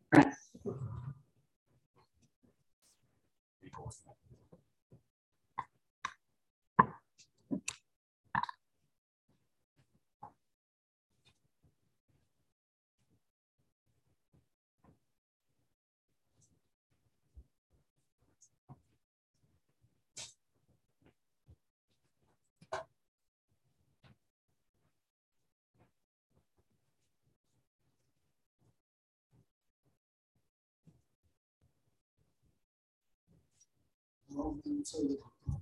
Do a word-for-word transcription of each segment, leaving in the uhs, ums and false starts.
breath. 好，我们做一个祷告。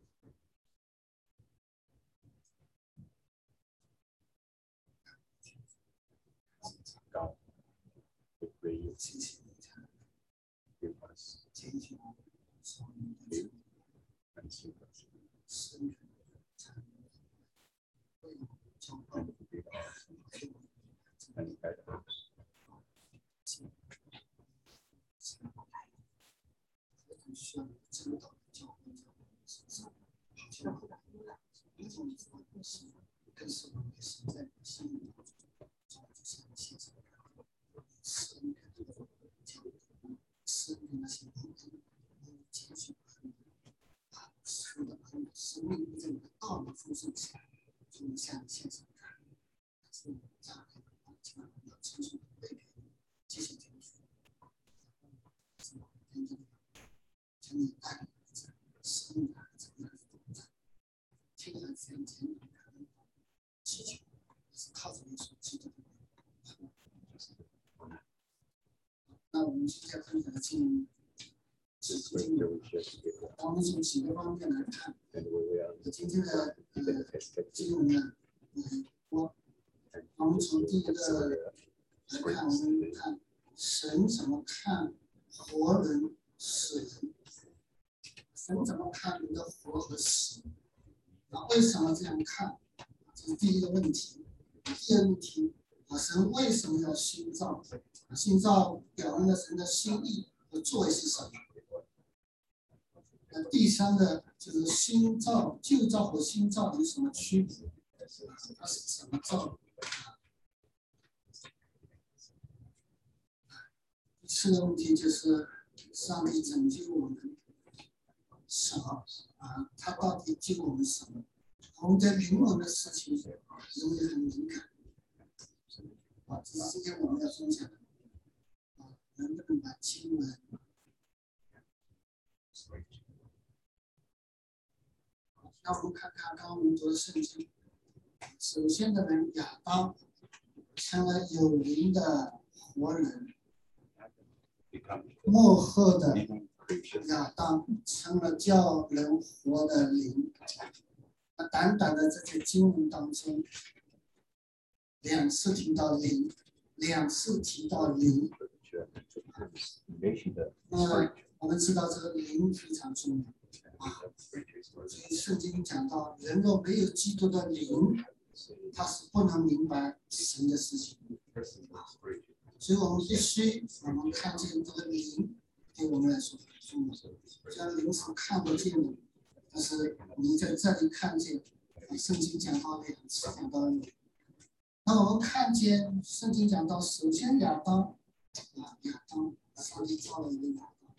God, we pray you 谢谢你看， give us 坚定我们所有的 faith and sympathy 生命参与，为我们教导 and forgive our sins 给我们 and guide us. 很需要指导教会在我们身上，好像一种做的是，更是我们是在心里当中，就像现在生命的教会，生命的幸福，结束啊，除了恩，生命这个道理丰盛起来，就能向现实看，是我们家人啊，基本上要承受的背给继续天赋，是我们真正的。将你带领着生命的怎么样的动听来非常简单的祈求，是靠着耶稣基督的名。那我们今天分享的经文是经文，当我们从几个方面来看，今天的呃经文呢，嗯，我我们从第一个来看，我们看神怎么看活人死人。神怎么看你的活和死？那为什么这样看？这是第一个问题。第二个问题，啊，神为什么要新造？新造表明了神的心意和作为是什么？那第三个就是新造、旧造和新造有什么区别？它是怎么造的？第四个问题就是上帝拯救我们。什么啊？他到底救我们什么？我们对灵魂的事情容易很敏感啊，这是今天我们要分享的啊，能不能把经文？让我们看看刚刚我们读的圣经。首先的人亚当成了有灵的活人，幕后的亚当成了叫人活的灵。那短短的这些经文当中，两次提到灵，两次提到灵。那么我们知道这个灵非常重要啊，所以圣经讲到，人若没有基督的灵，他是不能明白神的事情的。所以我们必须我们看见这个灵。对我们来说很重要，虽然灵是看不见的，但是你在这里看见，圣经讲到两次讲到灵。那我们看见圣经讲到，首先亚当啊，亚当上帝造了一个亚当，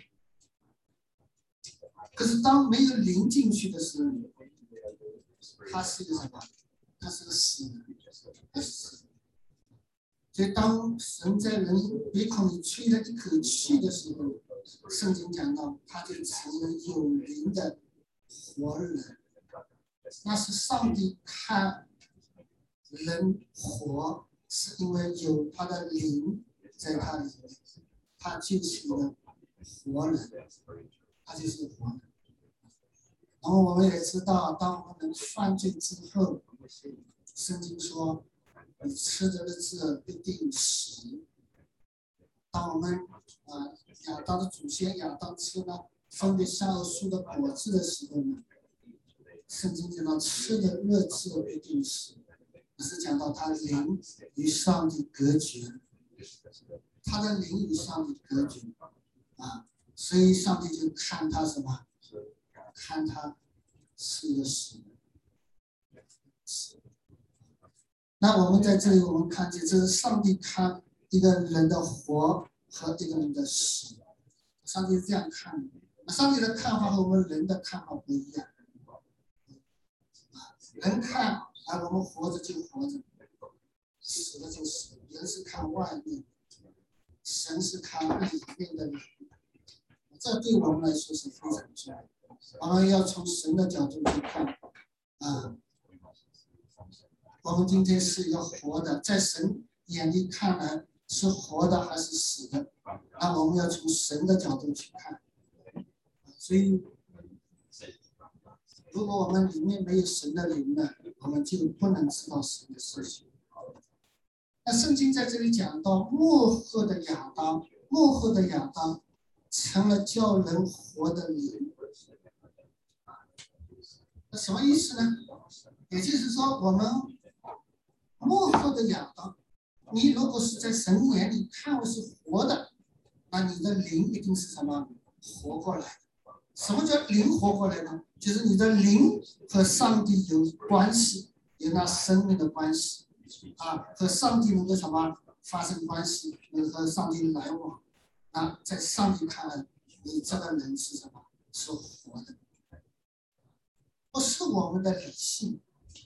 可是当没有灵进去的时候，他是个什么？他是个死人，他是死人。所以当神在人鼻孔里吹了一口气的时候，圣经讲到，他就成了有灵的活人。那是上帝看人活，是因为有他的灵在他里面，他就是一个活人，他就是活人。然后我们也知道，当我们犯罪之后，圣经说，你吃的日子必定死。当我们啊亚当的祖先亚当吃了分别善恶树的果子的时候呢，圣经讲到吃的日子必定死，是讲到他灵与上帝隔绝，他的灵与上帝隔绝啊，所以上帝就看他什么？看他是一个死人。那我们在这里，我们看见这是上帝看一个人的活和一个人的死。上帝是这样看的，那上帝的看法和我们人的看法不一样。人看啊，我们活着就活着，死了就死。人是看外面，神是看里面的人。这对我们来说是非常重要。我们要从神的角度去看啊，我们今天是一个活的，在神眼里看来是活的还是死的？那我们要从神的角度去看。所以，如果我们里面没有神的灵呢，我们就不能知道神的事情。那圣经在这里讲到末后的亚当，末后的亚当成了叫人活的灵。那什么意思呢？也就是说，我们末后的亚当，你如果是在神眼里看为是活的，那你的灵一定是什么？活过来。什么叫灵活过来呢？就是你的灵和上帝有关系，有那生命的关系啊，和上帝能够什么发生关系，能和上帝来往。那在上帝看来，你这个人是什么？是活的，不是我们的理性，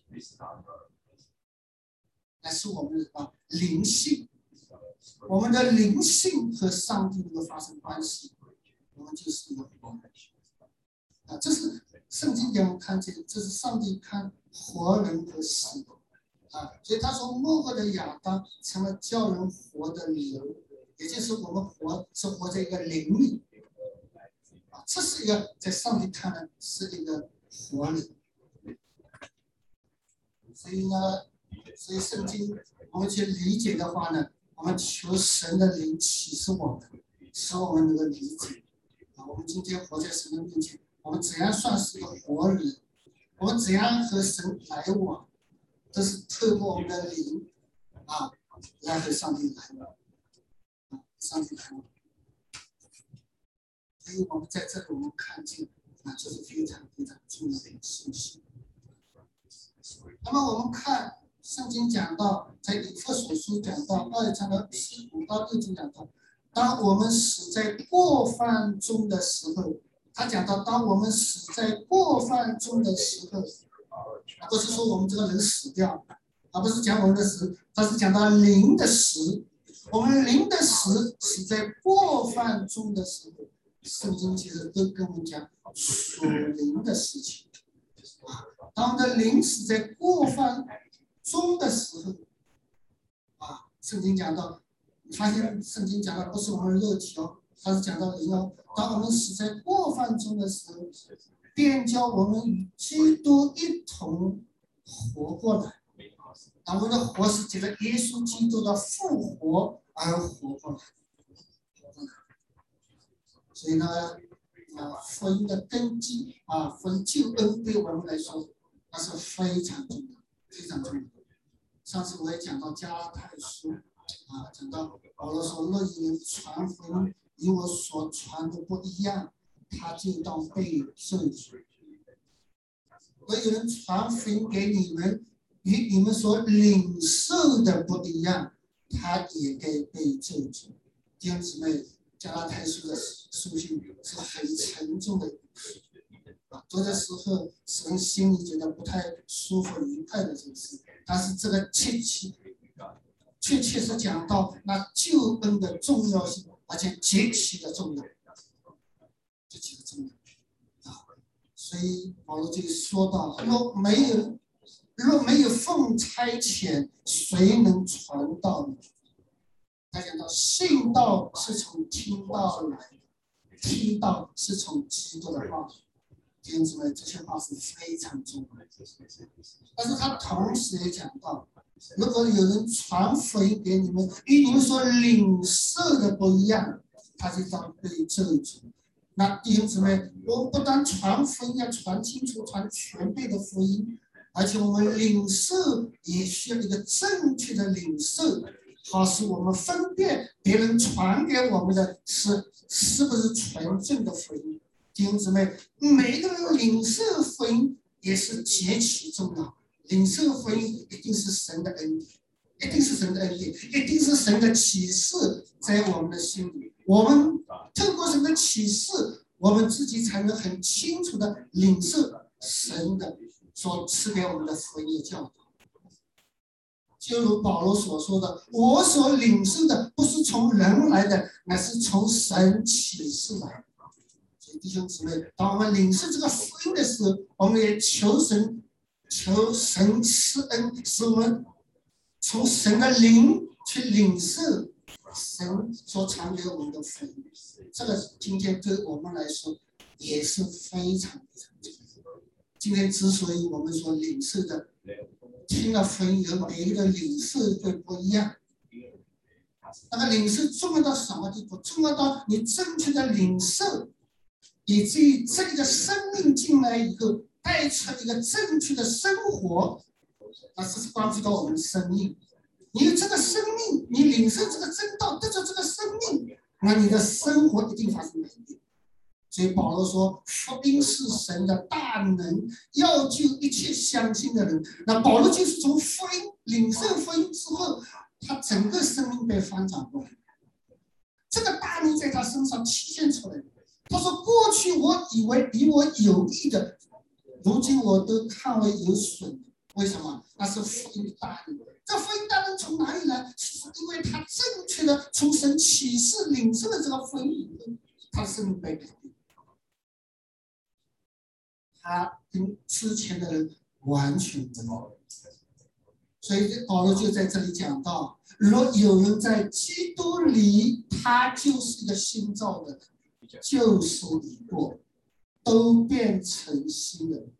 乃是我们的什么灵性。我们的灵性和上帝能够发生关系，我们就是一个活人。啊，这是圣经给我们看见，这是上帝看活人和死人啊。所以他说，末后的亚当成了叫人活的灵，也就是我们活是活在一个灵里啊。这是一个在上帝看来是一个活人。所以呢，所以圣经我们去理解的话呢，我们求神的灵启示我们，使我们能够理解啊。我们今天活在神的面前，我们怎样算是一个活人？我们怎样和神来往？这是透过我们的灵啊，来和上帝来往啊，上帝来往。所以我们在这里我们看见啊，这是非常非常重要的一个信息。那么我们看圣经讲到，在以弗所书讲到二章的十五到六节讲到，当我们死在过犯中的时候，他讲到，当我们死在过犯中的时候，不是说我们这个人死掉，而不是讲我们的死，他是讲到灵的死。我们灵的死，死在过犯中的时候，圣经其实都跟我们讲属灵的事情啊。当我们的灵死在过犯中的时候，啊，圣经讲到，你发现圣经讲到不是我们的肉体哦，它是讲到灵哦。当我们死在过犯中的时候，便叫我们与基督一同活过来。那我们的活是借着耶稣基督的复活而活过来。所以呢，啊，福音的根基啊，福音救恩对我们来说，那是非常重要，非常重要。上次我也讲到加拉太书啊，讲到保罗说，若有人传福音与我所传的不一样，他就当被咒诅。若有人传福音给你们，与你们所领受的不一样，他也该被咒诅。弟兄姊妹，加拉太书的书信是很沉重的啊，读的时候使人心里觉得不太舒服、愉快的这个事，但是这个确切确切是讲到那救恩的重要性，而且极其的重要，极其的重要啊。所以保罗这里说到，若没有若没有奉差遣，谁能传道呢？他讲到信道是从听道来的，听道是从基督的话。弟兄姊妹，这些话是非常重要的。但是他同时也讲到，如果有人传福音给你们，与你们所领受的不一样，他就当被咒诅。那弟兄姊妹，我们不但传福音要传清楚、传全备的福音，而且我们领受也需要一个正确的领受，好使我们分辨别人传给我们的是是不是纯正的福音。弟兄姊妹，每一个人领受福音也是极其重要。领受福音一定是神的恩典，一定是神的恩典，一定是神的启示在我们的心里。我们透过神的启示，我们自己才能很清楚的领受神的所赐给我们的福音的教导。就如保罗所说的，我所领受的不是从人来的，乃是从神启示来的。所以弟兄姊妹，当我们领受这个福音的时候，我们也求神求神施恩，使我们从神的灵去领受神所传给我们的福音。这个今天对我们来说也是非常非常重要。今天之所以我们所领受的听了福音，有每一个领受会不一样。那个领受重要到什么地步？重要到你正确的领受，以至于这个生命进来以后，带出一个正确的生活，那这是关乎到我们的生命。你有这个生命，你领受这个真道，得着这个生命，那你的生活一定发生改变。所以保罗说，福音是神的大能，要救一切相信的人。那保罗就是从福音领受福音之后，他整个生命被翻转过来，这个大能在他身上体现出来。他说，过去我以为比我有益的，如今我都看为有损。为什么？那是福音的大能。这福音大能从哪里来？是因为他正确的从神启示领受了这个福音以后，他的生命被改变。他跟之前的人完全不同。所以保罗就在这里讲到，若有人在基督里，他就是一个新造的人，旧事已过，都变成新的人。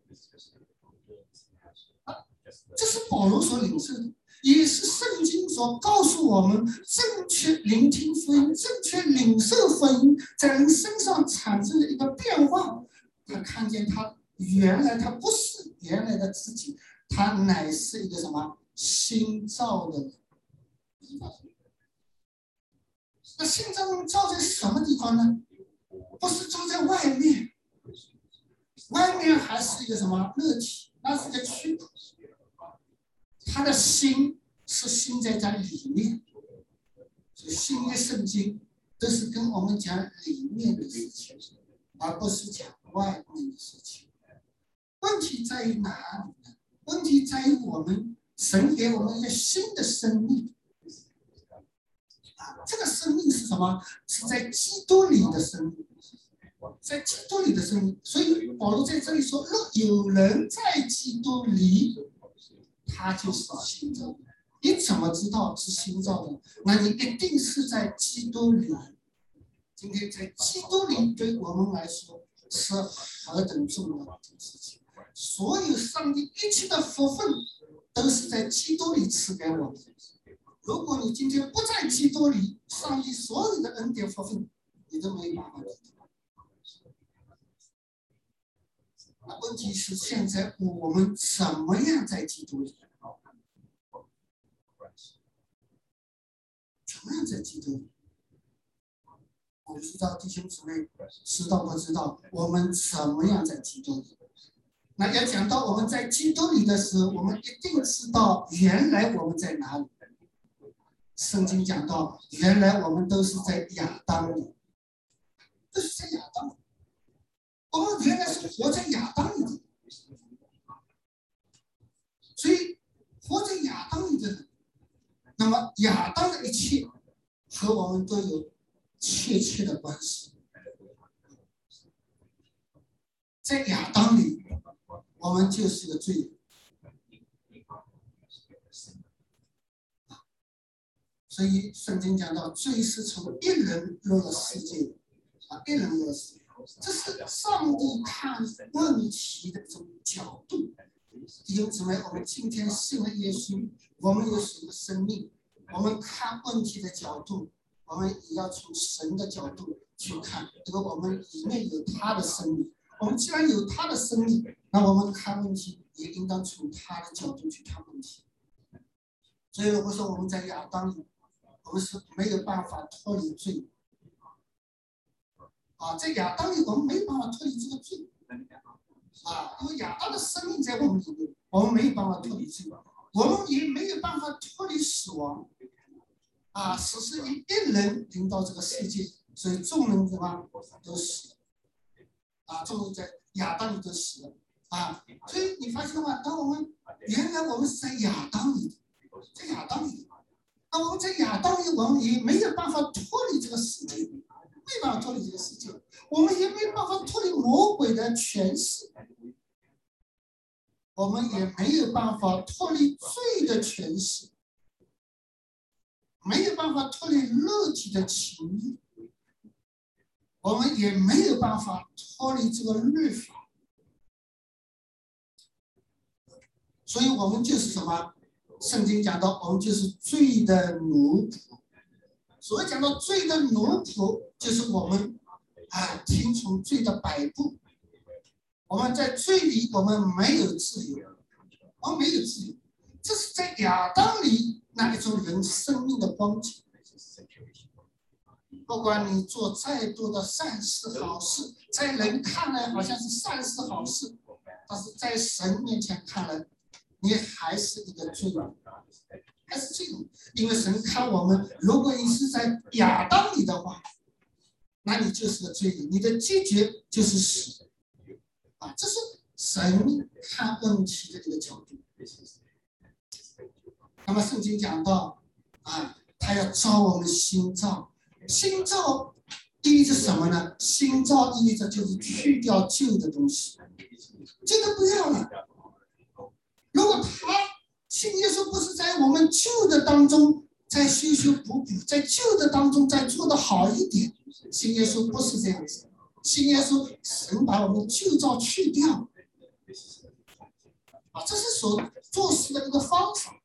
这是保罗所领受的，也是圣经所告诉我们，正确聆听福音，正确领受福音，在人身上产生的一个变化。他看见他原来他不是原来的自己，他乃是一个什么新造的人。那新造人造在什么地方呢？不是造在外面，外面还是一个什么肉体，那是一个躯壳。他的心是心在他里面，所以新约圣经都是跟我们讲里面的事情，而不是讲外面的事情。问题在于哪里呢？问题在于我们神给我们一个新的生命，啊，这个生命是什么？是在基督里的生命，在基督里的生命。所以保罗在这里说，若有人在基督里，他就是新造的。你怎么知道是新造的？那你一定是在基督里。今天在基督里对我们来说是何等重要的事情。所有上帝一切的福分都是在基督里赐给我们。如果你今天不在基督里，上帝所有的恩典福分你都没办法得到。那问题是现在我们怎么样在基督里？怎么样在基督里？我不知道弟兄姊妹知道不知道我们怎么样在基督里？那要讲到我们在基督里的时候，我们一定知道原来我们在哪里。圣经讲到，原来我们都是在亚当里，都是在亚当里。我们原来是活在亚当里的，所以活在亚当里的人，那么亚当的一切和我们都有切切的关系。在亚当里，我们就是个罪人。所以圣经讲到，罪是从一人入了世界，啊，一人入了世界，这是上帝看问题的这种角度。弟兄姊妹，我们今天信了耶稣，我们有什么生命？我们看问题的角度，我们也要从神的角度去看，因为我们里面有他的生命。我们既然有他的生命，那我们看问题也应当从他的角度去看问题。所以我说我们在亚当里，我们是没有办法脱离罪。啊，在亚当里我们没有办法脱离这个罪。啊，因为亚当的生命在我们里面，我们没有办法脱离罪，我们也没有办法脱离死亡。 啊，只是以一人临到这个世界，所以众人什么都死了啊，众人在亚当里都死了啊。所以你发现吗？当我们原来我们是在亚当里，在亚当里，那我们在亚当里，我们也没有办法脱离这个世界，没办法脱离这个世界，我们也没办法脱离魔鬼的权势，我们也没有办法脱离罪的权势，没有办法脱离肉体的情欲，我们也没有办法脱离这个律法，所以我们就是什么？圣经讲到，我们就是罪的奴仆。所谓讲到罪的奴仆，就是我们啊听从罪的摆布。我们在罪里，我们没有自由，我们没有自由。这是在亚当里那一种人生命的光景。不管你做再多的善事好事，在人看来好像是善事好事，但是在神面前看来，你还是一个罪人，还是罪人。因为神看我们，如果你是在亚当里的话，那你就是个罪人，你的结局就是死。啊，这是神看问题的这个角度。那么圣经讲到，啊，他要造我们新造，新造意味着什么呢？新造意味着就是去掉旧的东西，旧的不要了。如果他信耶稣不是在我们旧的当中再修修补补，在旧的当中再做得好一点，信耶稣不是这样子。信耶稣，神把我们旧造去掉，啊，这是所做事的一个方法，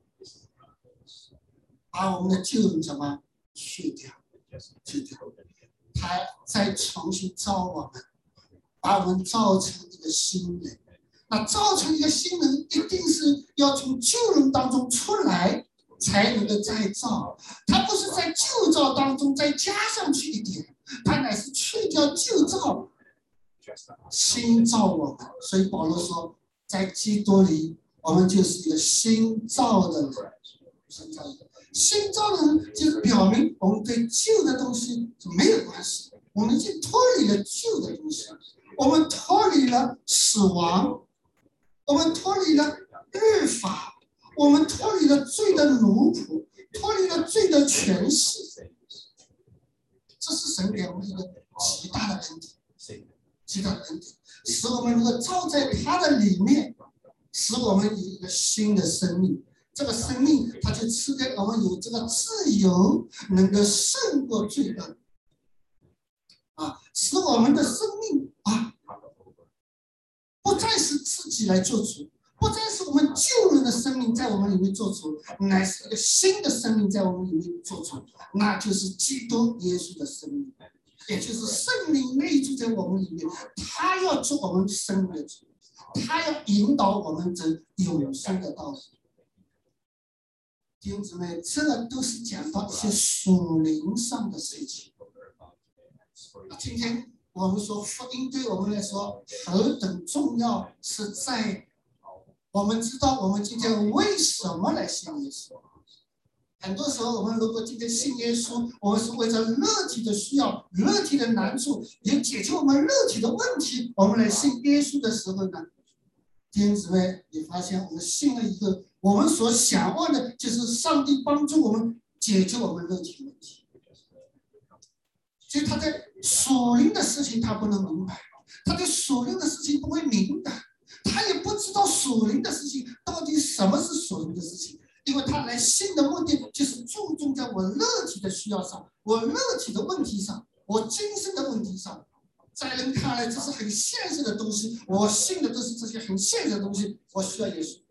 把我们的旧人什么去掉，去掉，他再重新造我们，把我们造成一个新人。那造成一个新人，一定是要从旧人当中出来，才能够再造。他不是在旧造当中再加上去一点，他乃是去掉旧造，新造我们。所以保罗说，在基督里，我们就是一个新造的人。新造的人，新造的人就是表明我们对旧的东西是没有关系，我们已经脱离了旧的东西，我们脱离了死亡，我们脱离了律法，我们脱离了罪的奴仆，脱离了罪的权势。这是神给我们一个极大的恩典，极大的恩典，使我们能够照在他的里面，使我们有一个新的生命。这个生命，他就赐给我们有这个自由，能够胜过罪恶，啊，使我们的生命啊，不再是自己来做主，不再是我们旧人的生命在我们里面做主，乃是一个新的生命在我们里面做主，那就是基督耶稣的生命，也就是圣灵内住在我们里面，他要做我们生命的主，他要引导我们走永生的道路。弟兄姊妹，这个都是讲到一些属灵上的事情。今天我们说福音对我们来说何等重要，是在我们知道我们今天为什么来信耶稣。很多时候我们如果今天信耶稣，我们是为着肉体的需要、肉体的难处，也解决我们肉体的问题，我们来信耶稣的时候呢，弟兄姊妹，你发现我们信了以后，我们所想望的就是上帝帮助我们解决我们肉体的问题。所以他在属灵的事情他不能明白，他对属灵的事情不会敏感，他也不知道属灵的事情到底什么是属灵的事情，因为他来信的目的就是注重在我肉体的需要上，我肉体的问题上，我精神的问题上。在人看来这是很现实的东西，我信的都是这些很现实的东西，我需要耶稣。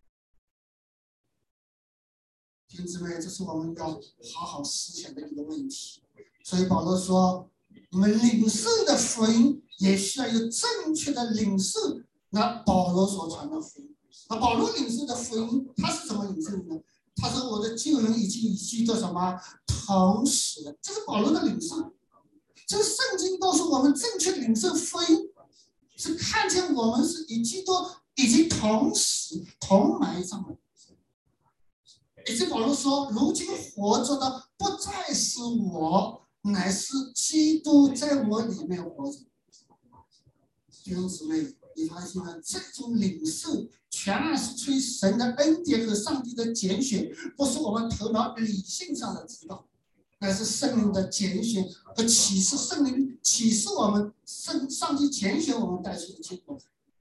弟兄姊妹，这是我们要好好思想的一个问题。所以保罗说，你们领受的福音也需要有正确的领受那保罗所传的福音。那保罗领受的福音他是怎么领受的呢？他说我的旧人已经与基督什么同死了，这是保罗的领受。这个圣经告诉我们，正确领受福音是看见我们是与基督已经同死同埋葬了。 以及保罗说：“如今活着的不再是我，乃是基督在我里面活着。”弟兄姊妹，你发现了这种领受，全然是出于神的恩典和上帝的拣选，不是我们头脑理性上的知道，乃是圣灵的拣选和启示。圣灵启示我们，圣上帝拣选我们带出的结果。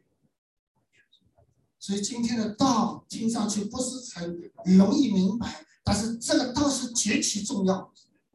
所以今天的道听上去不是很容易明白，但是这个道是极其重要。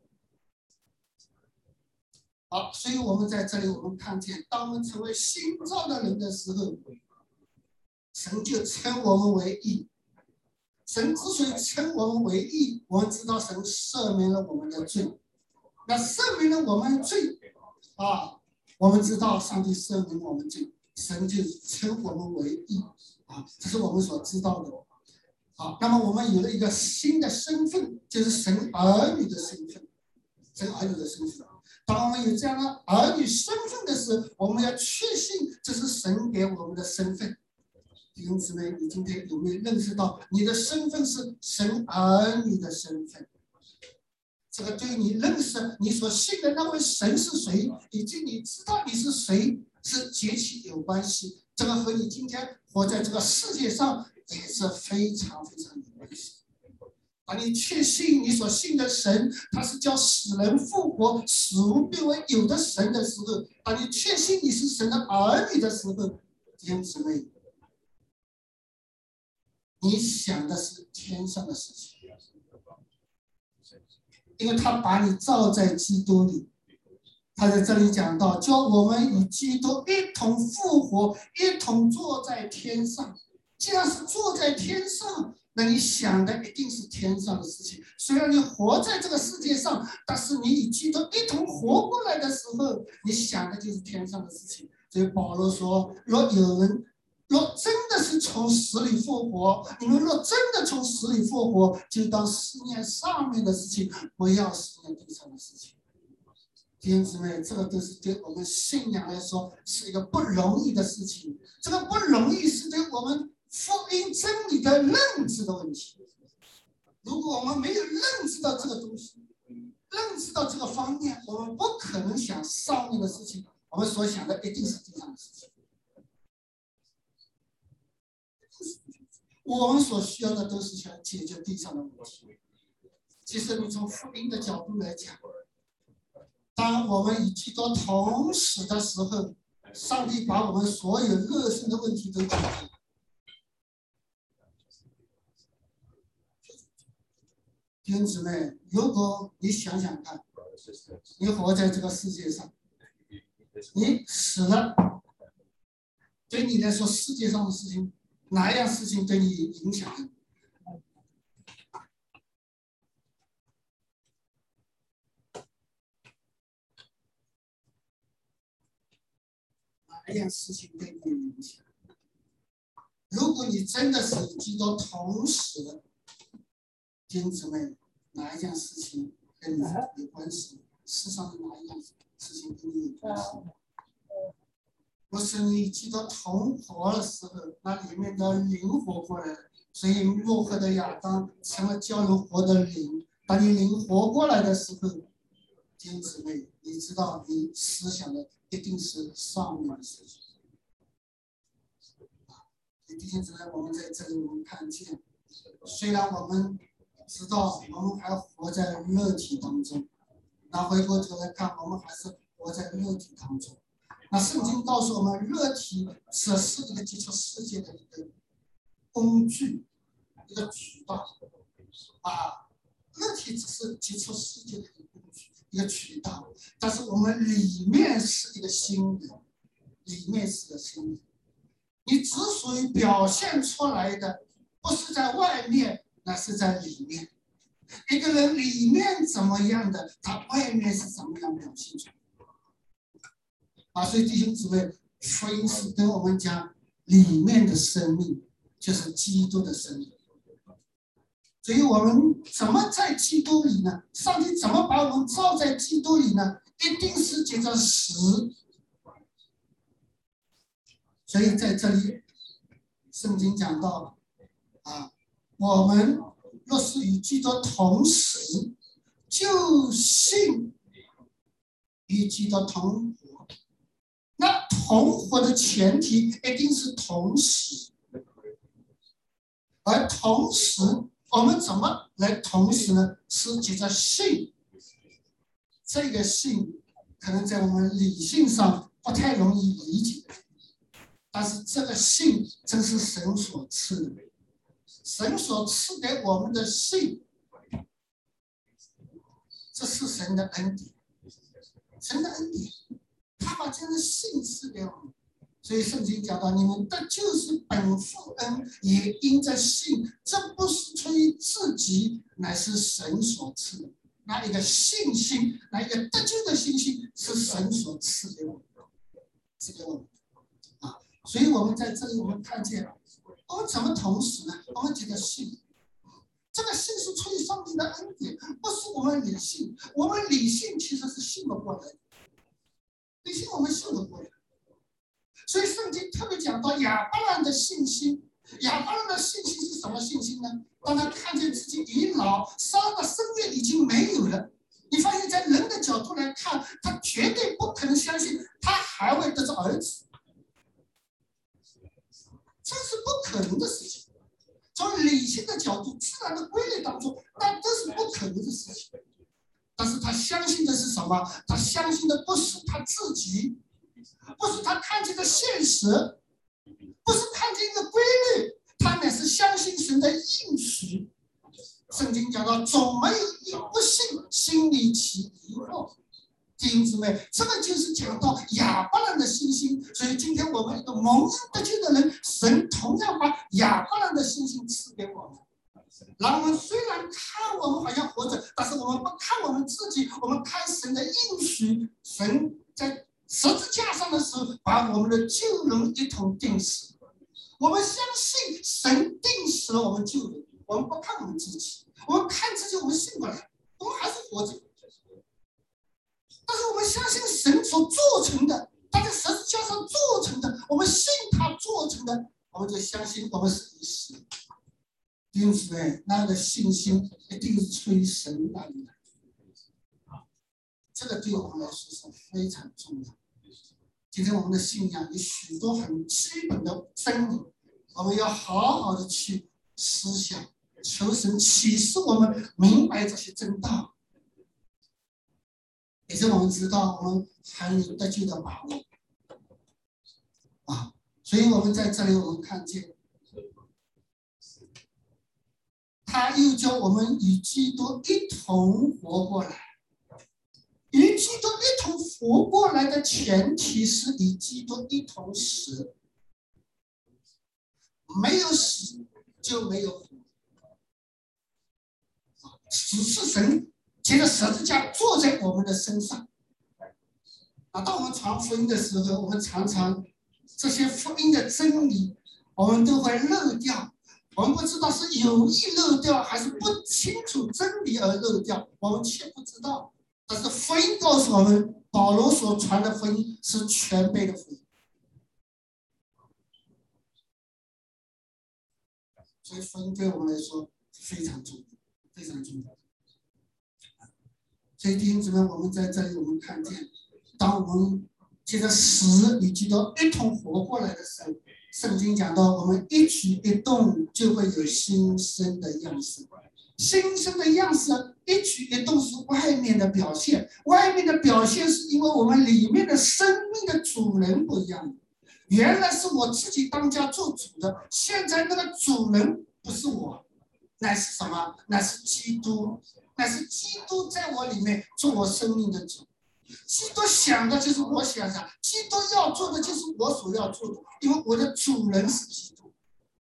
好，所以我们在这里，我们看见，当我们成为新造的人的时候，神就称我们为义。神之所以称我们为义，我们知道神赦免了我们的罪。那赦免了我们的罪啊，我们知道上帝赦免我们罪，神就称我们为义啊，这是我们所知道的。好，那么我们有了一个新的身份，就是神儿女的身份，神儿女的身份。当我们有这样的儿女身份的时候，我们要确信这是神给我们的身份。弟兄姊妹，你今天有没有认识到你的身份是神儿女的身份？这个对你认识你所信的那位神是谁，以及你知道你是谁，是极其有关系。这个和你今天活在这个世界上也是非常非常有关系。当你确信你所信的神，他是叫死人复活、死无变为有的神的时候，当你确信你是神的儿女的时候，弟兄姊妹，你想的是天上的事情，因为他把你造在基督里。他在这里讲到，叫我们与基督一同复活，一同坐在天上。既然是坐在天上，那你想的一定是天上的事情。虽然你活在这个世界上，但是你与基督一同活过来的时候，你想的就是天上的事情。所以保罗说，若有人若真的是从死里复活，你们若真的从死里复活，就当思念上面的事情，不要思念地上的事情。弟兄姊妹，这个都是对我们信仰来说是一个不容易的事情。这个不容易是对我们福音真理的认知的问题。如果我们没有认知到这个东西，认知到这个方面，我们不可能想上面的事情。我们所想的一定是地上的事情。我们所需要的都是想解决地上的问题。其实你从福音的角度来讲，当我们与基督同死的时候，上帝把我们所有肉身的问题都解决。弟兄姊妹，如果你想想看，你活在这个世界上，你死了，对你来说，世界上的事情，哪一样事情对你有影响？哪一样事情对你有影响？如果你真的是与基督同死的，弟兄姊妹，哪一件事情跟你有关系？世上的哪一样事情跟你有关系？不是你与基督同活的时候，那里面的灵活过来了，所以幕后的亚当成了叫人活的灵。当你灵活过来的时候，弟兄姊妹，你知道你思想的一定是上面的事情。弟兄姊妹，我们在这里我们看见，虽然我们知道我们还活在肉体当中，那回过头来看，我们还是活在肉体当中。那圣经告诉我们，肉体只是一个接触世界的一个工具，一个渠道啊，肉体只是接触世界的一个工具，一个渠道。但是我们里面是一个新人，里面是个新人。你之所以表现出来的，不是在外面，那是在里面。一个人里面怎么样的，他外面是怎么样表现出来的。啊，所以弟兄姊妹，福音是跟我们讲里面的生命，就是基督的生命。所以我们怎么在基督里呢？上帝怎么把我们造在基督里呢？一定是借着死。所以在这里，圣经讲到啊，我们若是与基督同死，就信与基督同活。那同活的前提一定是同死，而同时我们怎么来同时呢？是借着信。这个信可能在我们理性上不太容易理解，但是这个信真是神所赐的。神所赐给我们的信，这是神的恩典，神的恩典，他把这样的信赐给我们。所以圣经讲到，你们得救是本乎恩，也因着信，这不是出于自己，乃是神所赐的。那一个信心，那一个得救的信心，是神所赐给我们的，赐给我们的啊！所以我们在这里，我们看见了，我们怎么同时呢？我们觉得信，这个信是出于上帝的恩典，不是我们理性。我们理性其实是信不过来的，理性我们信不过来。所以圣经特别讲到亚伯兰的信心。亚伯兰的信心是什么信心呢？当他看见自己已老，杀的生命已经没有了，你发现在人的角度来看，他绝对不可能相信他还会得着儿子，这是不可能的事情。从理性的角度、自然的规律当中，那这是不可能的事情。但是他相信的是什么？他相信的不是他自己，不是他看见的现实，不是看见一个规律，他乃是相信神的应许。圣经讲到，总没有一不信，心里起疑惑。弟兄姊妹，这个就是讲到亚伯兰的信心。所以今天我们一个蒙恩得救的人，神同样把亚伯兰的信心赐给我们。让我们虽然看我们好像活着，但是我们不看我们自己，我们看神的应许。神在十字架上的时候，把我们的救人一同定死。我们相信神定死了我们救人，我们不看我们自己，我们看自己，我们信不来，我们还是活着。但是我们相信神所做成的，他在十字架上做成的，我们信他做成的，我们就相信我们是已死。弟兄姊妹，那个信心一定是出于神那里的，这个对我们来说是非常重要。今天我们的信仰有许多很基本的真理，我们要好好的去思想，求神启示我们明白这些真道，也是我们知道我们还有得救的把握啊。所以我们在这里我们看见，他又叫我们与基督一同活过来。与基督一同活过来的前提是与基督一同死，没有死就没有活。死是神借着十字架坐在我们的身上。啊，当我们传福音的时候，我们常常这些福音的真理，我们都会漏掉。我们不知道是有意漏掉，还是不清楚真理而漏掉，我们却不知道。但是福音告诉我们，保罗所传的福音是全备的福音，所以福音对我们来说非常重要，非常重要。所以弟兄姊妹，我们在这里我们看见，当我们借着死与基督一同活过来的时候，圣经讲到，我们一举一动就会有新生的样式。新生的样式，一举一动是外面的表现，外面的表现是因为我们里面的生命的主人不一样。原来是我自己当家做主的，现在那个主人不是我，乃是什么？乃是基督，乃是基督在我里面做我生命的主。基督想的就是我想的，基督要做的就是我所要做的，因为我的主人是基督。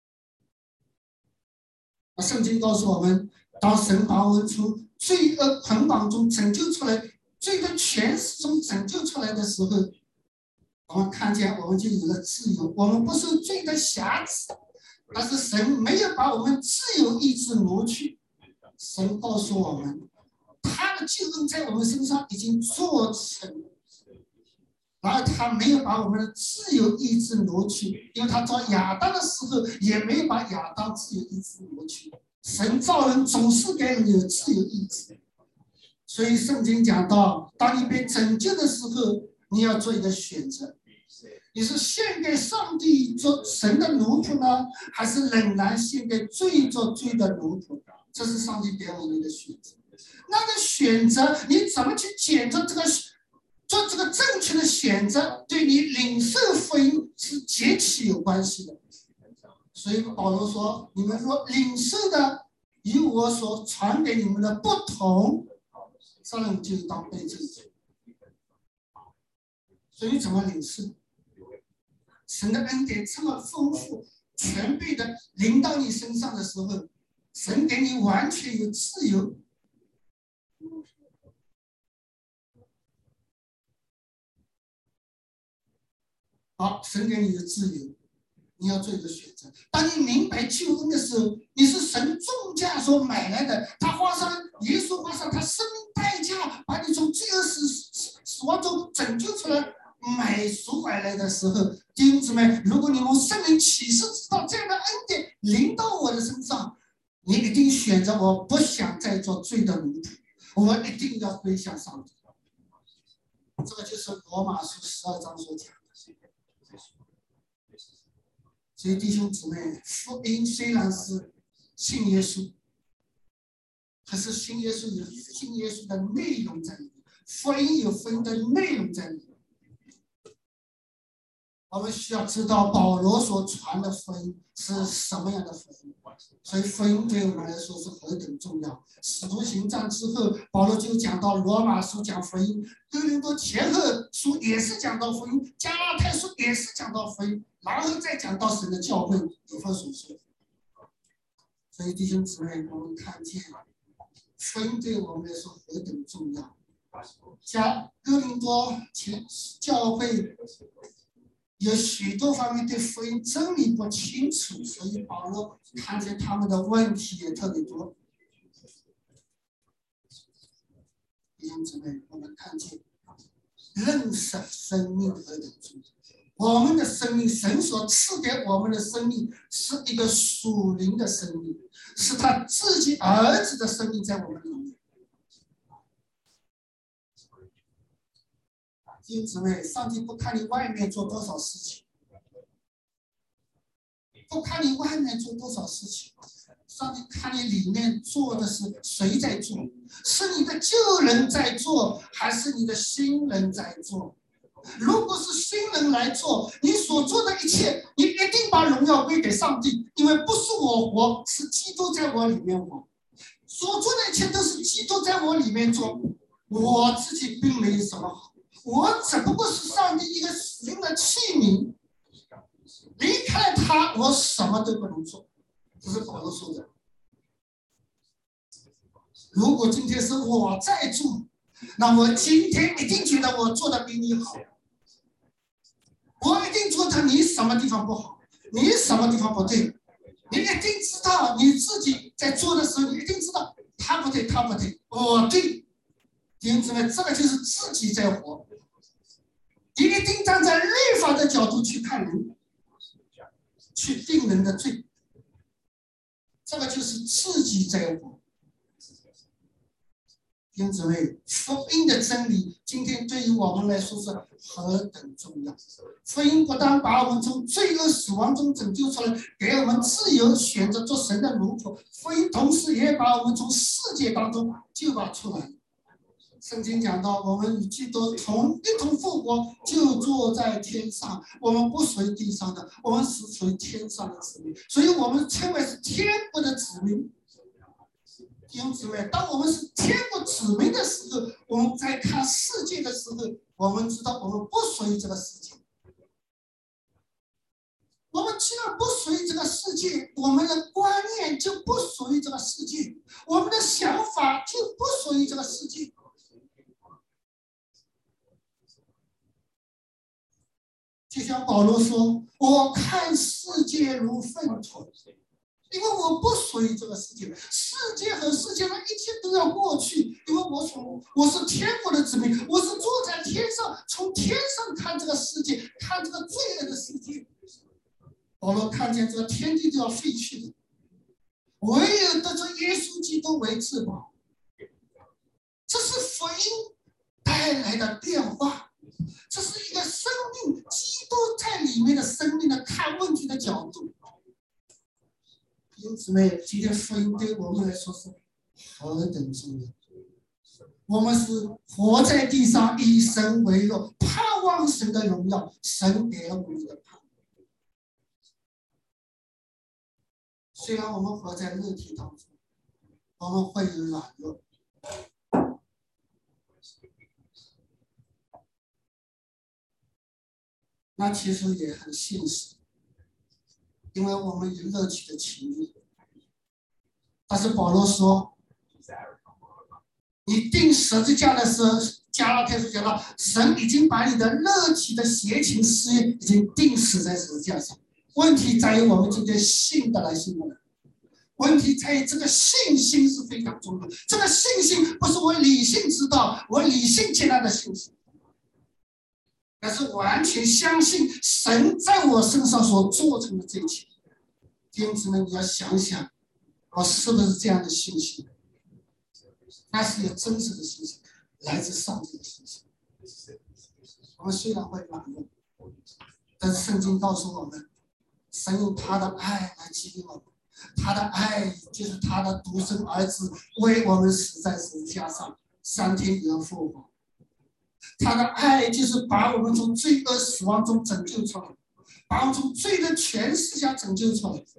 圣经告诉我们，当神把我们从罪恶捆绑中拯救出来，罪的权势中拯救出来的时候，我们看见我们就有了自由，我们不受罪的辖制。但是神没有把我们自由意志挪去，神告诉我们，他的救恩在我们身上已经做成了，然后他没有把我们的自由意志挪去，因为他造亚当的时候也没有把亚当自由意志挪去， 神造人总是给人有自由意志，所以圣经讲到，当你被拯救的时候，你要做一个选择，你是献给上帝做神的奴仆呢，还是仍然献给罪做罪的奴仆？这是上帝给我们的选择。那个选择，你怎么去选择这个做这个正确的选择，对你领受福音是极其有关系的。所以保罗说：“你们若领受的与我所传给你们的不同，这人就当被咒诅。”所以怎么领受？神的恩典这么丰富、全备的临到你身上的时候，神给你完全有自由。好，神给你的自由，你要做一个选择。当你明白救恩的时候，你是神重价所买来的，他花上耶稣花上他生命代价，把你从罪恶死死亡中拯救出来，买赎回来的时候，弟兄姊妹，如果你用圣灵启示知道这样的恩典临到我的身上，你一定选择我不想再做罪的奴仆，我一定要归向上帝。这个就是罗马书十二章所讲的。所以弟兄姊妹，福音虽然是信耶稣，可是信耶稣有信耶稣的内容在里面，福音有福音的内容在里面。我们需要知道保罗所传的福音是什么样的福音，所以福音对我们来说是何等重要。使徒行传之后，保罗就讲到罗马书讲福音，哥林多前后书也是讲到福音，加拉太书也是讲到福音，然后再讲到神的教会以弗所书。所以弟兄姊妹，我们看见福音对我们来说何等重要。加哥林多前教会有许多方面对福音真理不清楚，所以保罗看见他们的问题也特别多。弟兄姊妹，我们看见认识生命何等重要。我们的生命，神所赐给我们的生命是一个属灵的生命，是他自己儿子的生命在我们里面。弟兄姊妹，上帝不看你外面做多少事情，不看你外面做多少事情，上帝看你里面做的是谁在做，是你的旧人在做，还是你的新人在做？如果是新人来做，你所做的一切，你一定把荣耀归给上帝，因为不是我活，是基督在我里面活。所做的一切都是基督在我里面做，我自己并没有什么好。我只不过是上帝一个使用的器皿，离开他，我什么都不能做。这是保罗说的。如果今天是我在做，那我今天一定觉得我做的比你好，我一定觉得你什么地方不好，你什么地方不对，你一定知道你自己在做的时候，你一定知道他不对，他不对，我对。弟兄姊妹，这个就是自己在活。你一定站在律法的角度去看人，去定人的罪，这个就是自己在活。弟兄姊妹，福音的真理今天对于我们来说是何等重要。福音不但把我们从罪恶死亡中拯救出来，给我们自由选择做神的奴仆，福音同时也把我们从世界当中救拔出来。圣经讲到，我们与基督同一同复活，就坐在天上。我们不属于地上的，我们是属于天上的子民，所以我们称为是天国的子民。弟兄姊妹，当我们是天国子民的时候，我们在看世界的时候，我们知道我们不属于这个世界。我们既然不属于这个世界，我们的观念就不属于这个世界，我们的想法就不属于这个世界。就像保罗说：“我看世界如粪土。”因为我不属于这个世界，世界和世界上一切都要过去。因为我属我是天国的子民，我是坐在天上，从天上看这个世界，看这个罪恶的世界。保罗看见这个天地都要废去的， 唯有得着耶稣基督为至宝，这是福音带来的变化，这是一个生命，基督在里面的生命的看问题的角度。弟兄姊妹，今天福音对我们来说是何等重要！我们是活在地上，以神为乐，盼望神的荣耀，神给了我们的盼望。虽然我们活在肉体当中，我们会有软弱，那其实也很现实，因为我们有肉体的情欲。但是保罗说，你定十字架的时候，加拉太书讲到，神已经把你的肉体的邪情私欲已经定死在十字架上。问题在于我们今天信的来信的来，问题在于这个信心是非常重要。这个信心不是我理性知道，我理性接纳的信心，而是完全相信神在我身上所做成的这一切。弟兄姊妹，你要想想，我是不是这样的信心？那是有真实的信心，来自上帝的信心。我们虽然会软弱，但是圣经告诉我们，神用他的爱来激励我们，他的爱就是他的独生儿子为我们死在十字架上，三天以后复活。他的爱就是把我们从罪恶死亡中拯救出来，把我们从罪的权势下拯救出来，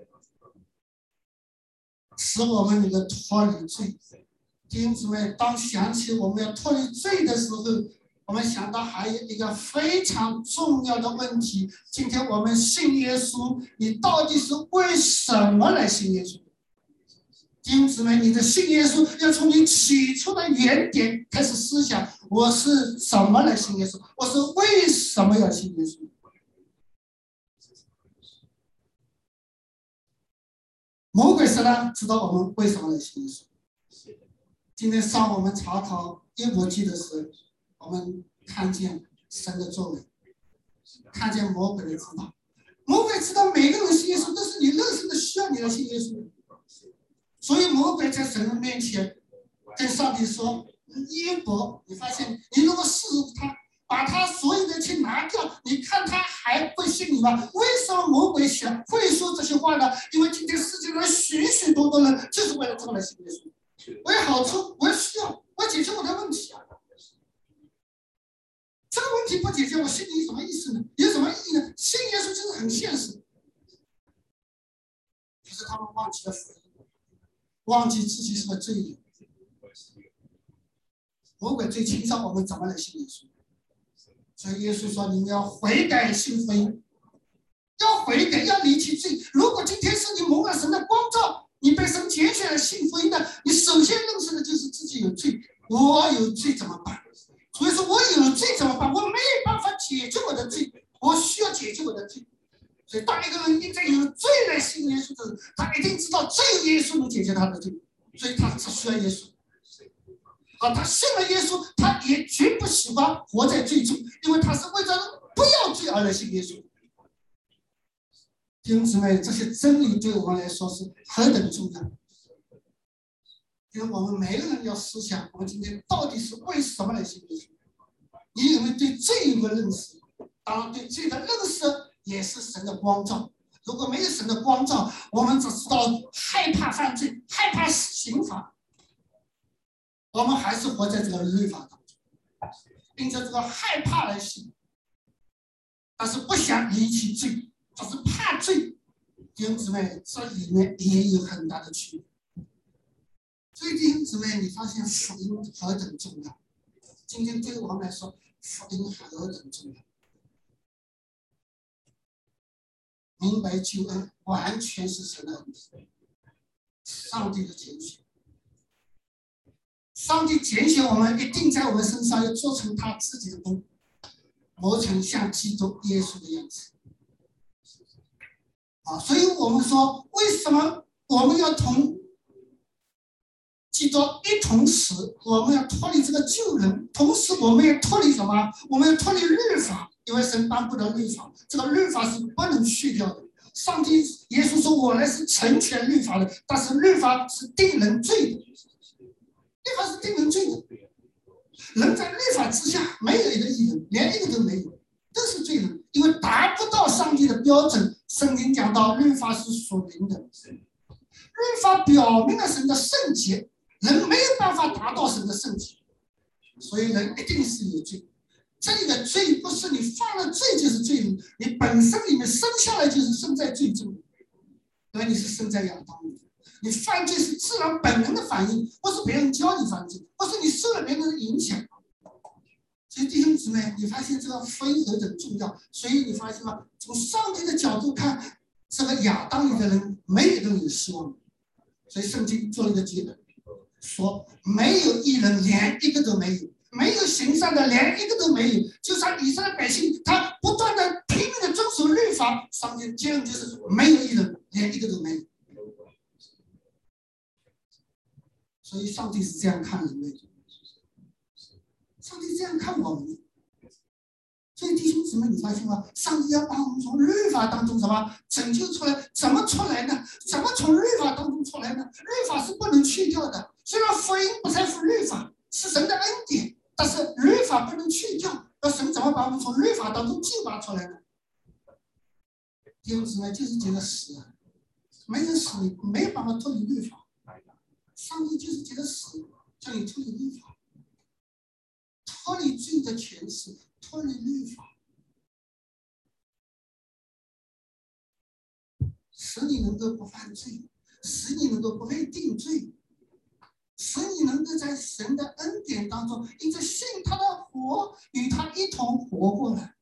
使我们能够脱离罪。弟兄姊妹，当想起我们要脱离罪的时候，我们想到还有一个非常重要的问题：今天我们信耶稣，你到底是为什么来信耶稣？弟兄姊妹，你的信耶稣要从你起初的原点开始思想：我是什么来信耶稣？我是为什么要信耶稣？魔鬼是呢，知道我们为什么来信耶稣。今天上我们查考约伯记的时候，我们看见神的作为，看见魔鬼的知道。魔鬼知道每个人信耶稣都是你肉身的需要你来信耶稣，所以魔鬼在神的面前跟上帝说：约伯，你发现你如果试他，把他所有的钱拿掉，你看他还会信你吗？为什么魔鬼想会说这些话呢？因为今天世界上许许多多人就是为了这个来信耶稣，我有好处，我有需要，我解决我的问题啊。这个问题不解决，我信你有什么意思呢？有什么意义呢？信耶稣就是很现实。可是他们忘记了福音，忘记自己是个罪人。魔鬼最清楚我们怎么来信耶稣，所以耶稣说：你们要悔改信福音，要悔改，要离弃罪。如果今天是你蒙了神的光照，你被神拣选了信福音的，你首先认识的就是自己有罪。我有罪怎么办？所以说我有罪怎么办？我没有办法解决我的罪，我需要解决我的罪。所以当一个人因着有罪来信耶稣的时候，他一定知道只有耶稣能解决他的罪，所以他只需要耶稣。啊，他信了耶稣，他也绝不喜欢活在罪中，因为他是为了不要罪而来信耶稣。弟兄姊妹，这些真理对我们来说是何等重要！因为我们每个人要思想，我们今天到底是为什么来信耶稣？你有没有对罪有个认识？当然，对罪的认识也是神的光照。如果没有神的光照，我们只知道害怕犯罪，害怕刑罚，我们还是活在这个律法当中，因着这个害怕来信，但是不想离弃罪，只是怕罪。弟兄姊妹，这里面也有很大的区别。所以弟兄姊妹，你发现福音何等重要？今天对我们来说，福音何等重要？明白救恩完全是神的恩典，上帝的拣选。上帝拣选我们，一定在我们身上要做成他自己的功，磨成像基督耶稣的样子。啊，所以我们说，为什么我们要同基督一同死？我们要脱离这个旧人，同时我们要脱离什么？我们要脱离律法，因为神颁布的律法，这个律法是不能去掉的。 上帝耶稣说：“我来是成全律法的，但是律法是定人罪的，律法是定人罪的。人在律法之下没有一个义人，连一个都没有，都是罪人，因为达不到上帝的标准。圣经讲到，律法是属灵的，律法表明了神的圣洁，人没有办法达到神的圣洁，所以人一定是有罪。这里的罪不是你犯了罪就是罪人，你本身里面生下来就是生在罪中，因为你是生在亚当里。你犯罪是自然本能的反应，不是别人教你犯罪，不是你受了别人的影响。所以弟兄姊妹，你发现这个福音何等重要？所以你发现吗？从上帝的角度看，这个亚当里的人没有一个人有希望。所以圣经做了一个结论，说没有义人，连一个都没有。没有行善的，连一个都没有。就像以色列百姓，他不断的拼命的遵守律法，上帝结论就是没有义人，连一个都没有。所以上帝是这样看人类的，上帝这样看我们。所以弟兄姊妹，你发现吗？上帝要把我们从律法当中什么拯救出来？怎么出来呢？怎么从律法当中出来呢？律法是不能去掉的。虽然福音不在乎律法，是神的恩典。但是律法不能去掉，那神怎么把我们从律法当中救拔出来呢？弟兄姊妹，就是觉得死啊，没人死，你没有办法脱离律法。上帝就是觉得死，叫你脱离律法，脱离罪的权势，脱离律法，使你能够不犯罪，使你能够不被定罪。使你能够在神的恩典当中，因着信他的活，与他一同活过来，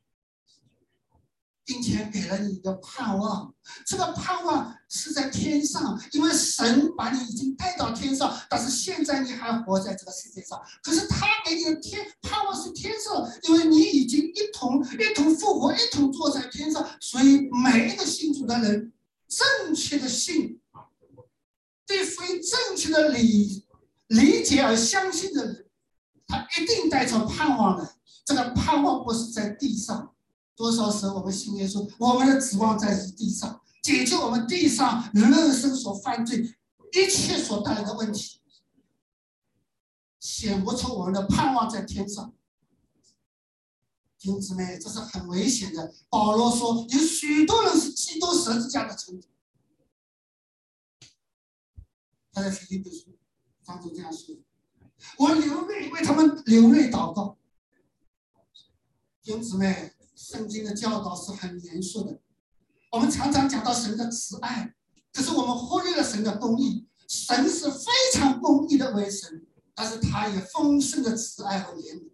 并且给了你一个盼望。这个盼望是在天上，因为神把你已经带到天上，但是现在你还活在这个世界上。可是他给你的天盼望是天上，因为你已经一同一同复活，一同坐在天上。所以每一个信主的人，正确的信。对福音正确的理理解而相信的人，他一定带着盼望来。这个盼望不是在地上，多少时候我们信耶稣，我们的指望在地上，解决我们地上人生所犯罪一切所带来的问题，显不出我们的盼望在天上。弟兄姊妹，这是很危险的。保罗说，有许多人是基督十字架的成者。他在腓立比书当中这样说：“我流泪为他们流泪祷告。”弟兄姊妹，圣经的教导是很严肃的。我们常常讲到神的慈爱，可是我们忽略了神的公义。神是非常公义的为神，但是他也丰盛的慈爱和怜悯。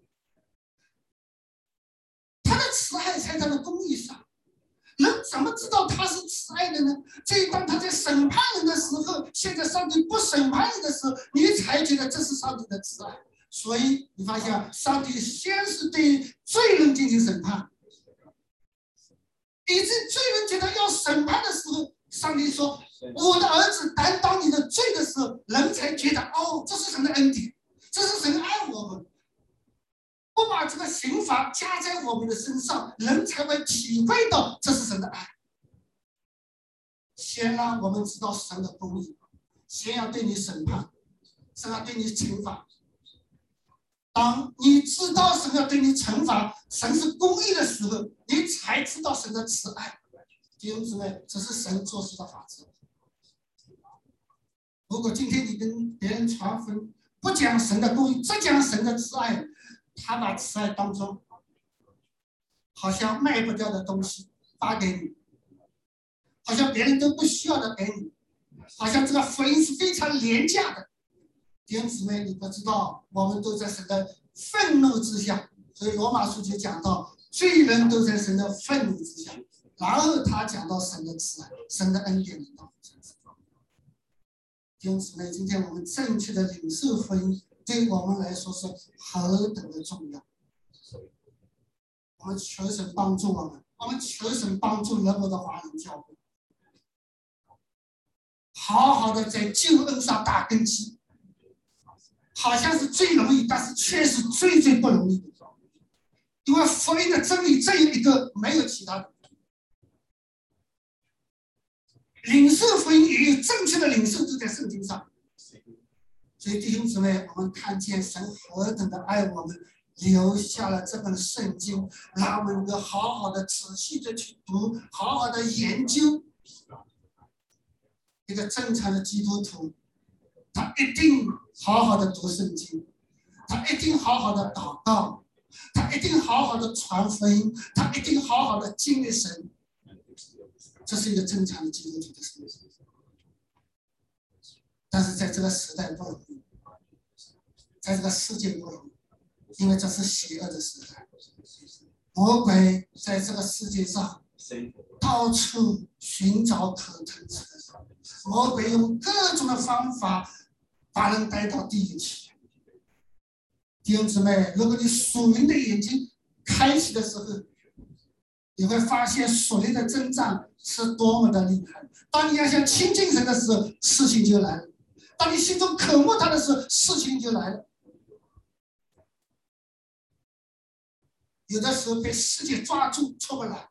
他的慈爱在他的公义上。人怎么知道他是慈爱的呢？所以当他在审判人的时候，现在上帝不审判人的时候，你才觉得这是上帝的慈爱。所以你发现，上帝先是对罪人进行审判，以致罪人觉得要审判的时候，上帝说：“我的儿子担当你的罪的时候，人才觉得哦，这是神的恩典，这是神爱我们。”不把这个刑罚加在我们的身上，人才会体会到这是神的爱。先让我们知道神的公义，先要对你审判，神要对你惩罚。当你知道神要对你惩罚，神是公义的时候，你才知道神的慈爱。弟兄姊妹，这是神做事的法则。如果今天你跟别人传福音，不讲神的公义，只讲神的慈爱，他把慈爱当中好像卖不掉的东西发给你，好像别人都不需要的给你，好像这个福音是非常廉价的。弟兄姊妹，你不知道，我们都在神的愤怒之下。所以罗马书就讲到，罪人都在神的愤怒之下。然后他讲到神的慈爱，神的恩典临到我们身上。弟兄姊妹，今天我们正确的领受福音，对我们来说是何等的重要。我们求神帮助我们，我们求神帮助人国的华人教会，好好的在救恩上打根基。好像是最容易，但是却是最最不容易的，因为福音的真理这一个没有其他的。 领受福音也有正确的领受，就在圣经上。所以弟兄姊妹，我们看见神何等的爱我们，留下了这本圣经，让我们能够好好的仔细的去读，好好的研究。一个正常的基督徒，他一定好好的读圣经，他一定好好的祷告，他一定好好的传福音，他一定好好的经历神。这是一个正常的基督徒的生活。但是在这个时代不容易，在这个世界不容易，因为这是邪恶的时代。魔鬼在这个世界上到处寻找可吞吃的人，魔鬼用各种的方法把人带到地狱去。弟兄姊妹，如果你属灵的眼睛开启的时候，你会发现属灵的征战是多么的厉害。当你要想亲近神的时候，事情就来了；当你心中渴慕他的时候，事情就来了。有的时候被世界抓住出不来，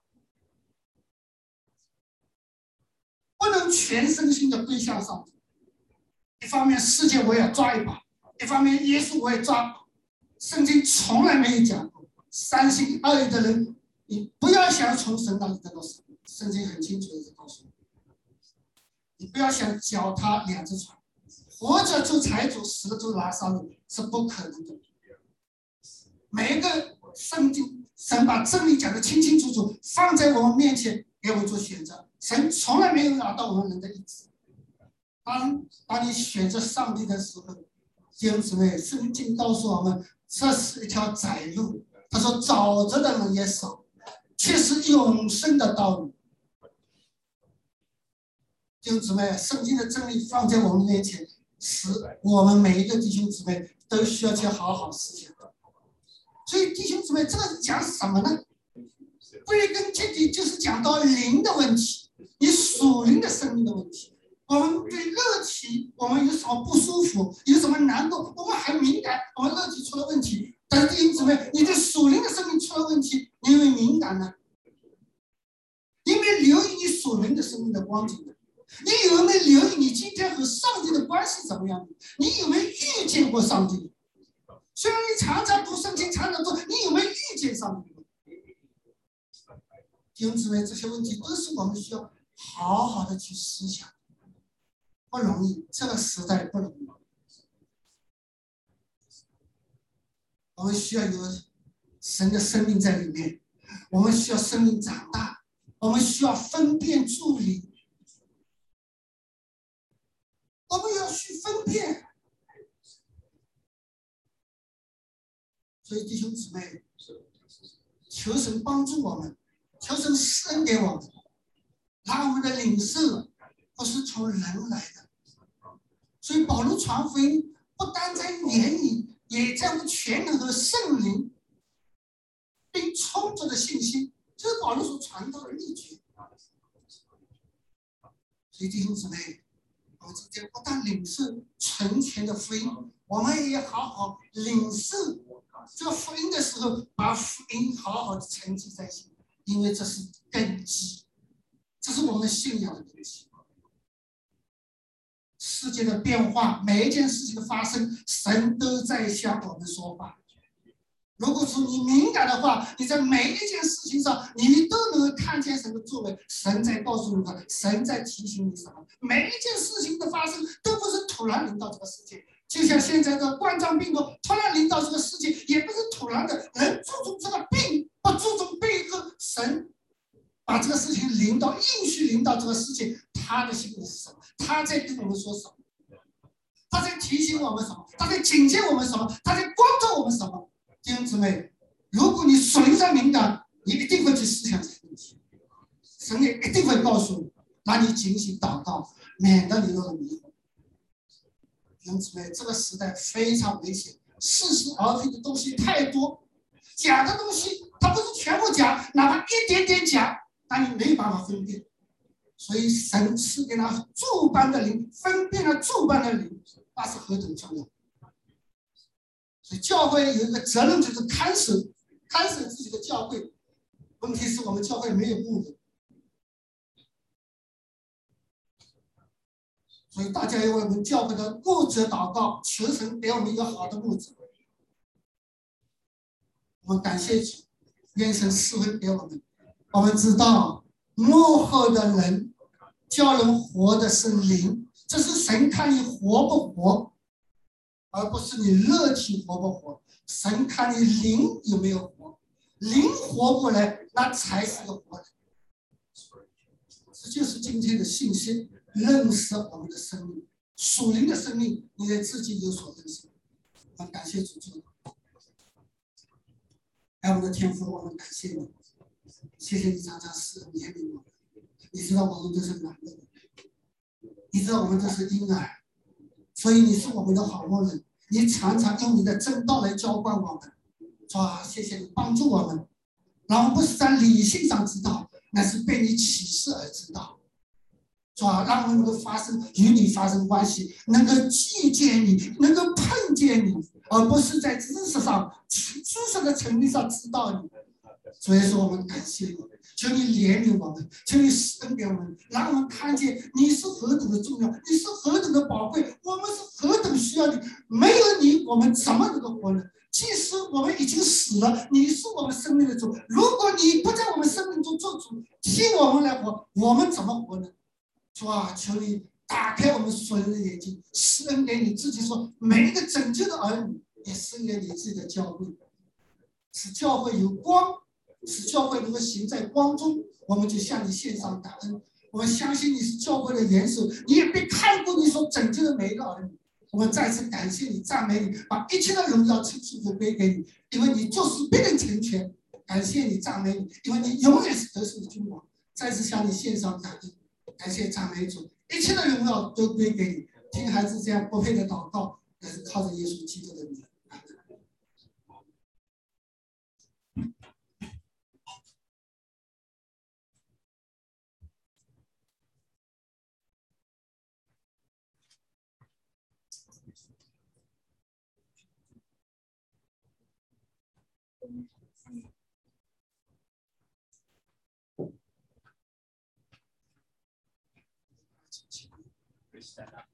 不能全身心的归向上帝。一方面世界我也抓一把，一方面耶稣我也抓。圣经从来没有讲过三心二意的人，你不要想从神那里得到什么。圣经很清楚的告诉你，你不要想脚踏两只船，活着做财主，死了做拉撒路，是不可能的。每一个圣经神把真理讲得清清楚楚，放在我们面前给我们做选择。神从来没有拿到我们人的意志。当当你选择上帝的时候，弟兄姊妹，圣经告诉我们，这是一条窄路。他说找着的人也少，却是永生的道路。弟兄姊妹，圣经的真理放在我们面前，使我们每一个弟兄姊妹都需要去好好思想。所以弟兄姊妹，这个讲什么呢？归根结底就是讲到灵的问题，你属灵的生命的问题。我们对肉体，我们有什么不舒服，有什么难过，我们很敏感，我们肉体出了问题。但是弟兄姊妹，你对属灵的生命出了问题，你有没有敏感呢？你有没有留意你属灵的生命的光景呢？你有没有留意你今天和上帝的关系怎么样？你有没有遇见过上帝？虽然你常常读圣经，常常读，你有没有遇见上帝？弟兄姊妹，这些问题都是我们需要好好的去思想。不容易，这个时代不容易。我们需要有神的生命在里面，我们需要生命长大，我们需要分辨助理，我们要去分辨。所以弟兄姊妹，求神帮助我们，求神施恩给我们，让我们的领受不是从人来的。所以保罗传福音不单在言语，也在乎全能和圣灵，并充足的信心，这是保罗所传道的秘诀。所以弟兄姊妹，我们今天不但领受纯全的福音，我们也好好领受这个福音的时候，把福音好好的沉积在心，因为这是根基，这是我们信仰的根基。世界的变化，每一件事情的发生，神都在向我们说话。如果说你敏感的话，你在每一件事情上，你都能看见神的作为，神在告诉你的，神在提醒你什么。每一件事情的发生都不是突然临到这个世界，就像现在的冠状病毒突然临到这个世界，也不是突然的。人注重这个病，不注重背后神把这个事情临到，应许临到这个世界，他的心里是什么？他在跟我们说什么？他在提醒我们什么？他在警戒我们什么？他在光照我们什么？弟兄姊妹，如果你属灵上敏感，你一定会去思想这些问题，神也一定会告诉你，让你警醒祷告，免得你落了迷惑。弟兄姊妹，这个时代非常危险，似是而非的东西太多，假的东西它不是全部假，哪怕一点点假，但你没有办法分辨。所以神赐给他诸般的灵，分辨了诸般的灵，那是何等重要。所以教会有一个责任，就是看守看守自己的教会。问题是我们教会没有牧人， 所以大家要为我们教会的牧者祷告，求神给我们一个好的牧者。我们感谢主，愿神赐福给我们。我们知道幕后的人叫人活的是灵，这是神看你活不活，而不是你肉体活不活。神看你灵有没有活，灵活过来，那才是个活人。这就是今天的信息，认识我们的生命，属灵的生命，你得自己有所认识。我们感谢主做的，爱我们的天父，我们感谢你，谢谢你常常是怜悯我们。你知道我们都是软弱的，你知道我们都是婴儿，所以你是我们的好牧人，你常常用你的真道来浇灌我们。主啊，谢谢你帮助我们，让我们不是在理性上知道，乃是被你启示而知道。主啊，让我们能够发生与你发生关系，能够遇见你，能够碰见你，而不是在知识上、知识的层面上知道你。所以说，我们感谢你，求你怜悯我们，求你施恩给我们，让我们看见你是何等的重要，你是何等的宝贵，我们是何等需要你。没有你，我们怎么能够活呢？即使我们已经死了，你是我们生命的主。如果你不在我们生命中做主，替我们来活，我们怎么活呢？主啊，求你打开我们所有的眼睛，施恩给你自己说，每一个拯救的儿女也施恩给你自己的教会，使教会有光，使教会能够行在光中，我们就向你献上感恩。我们相信你是教会的元首，你也别看顾你所拯救的每一个儿女。我们再次感谢你，赞美你，把一切的荣耀称颂都归给你，因为你就是必能成全。感谢你，赞美你，因为你永远是得胜的君王。再次向你献上感恩，感谢赞美主，一切的荣耀都归给你。听孩子这样不配的祷告，也是靠着耶稣基督的名。 Stand up.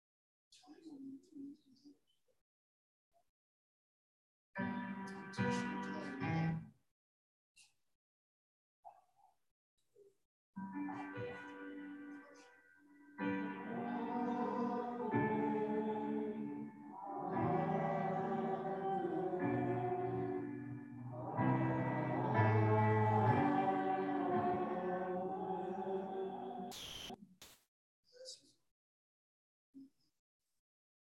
Thank you.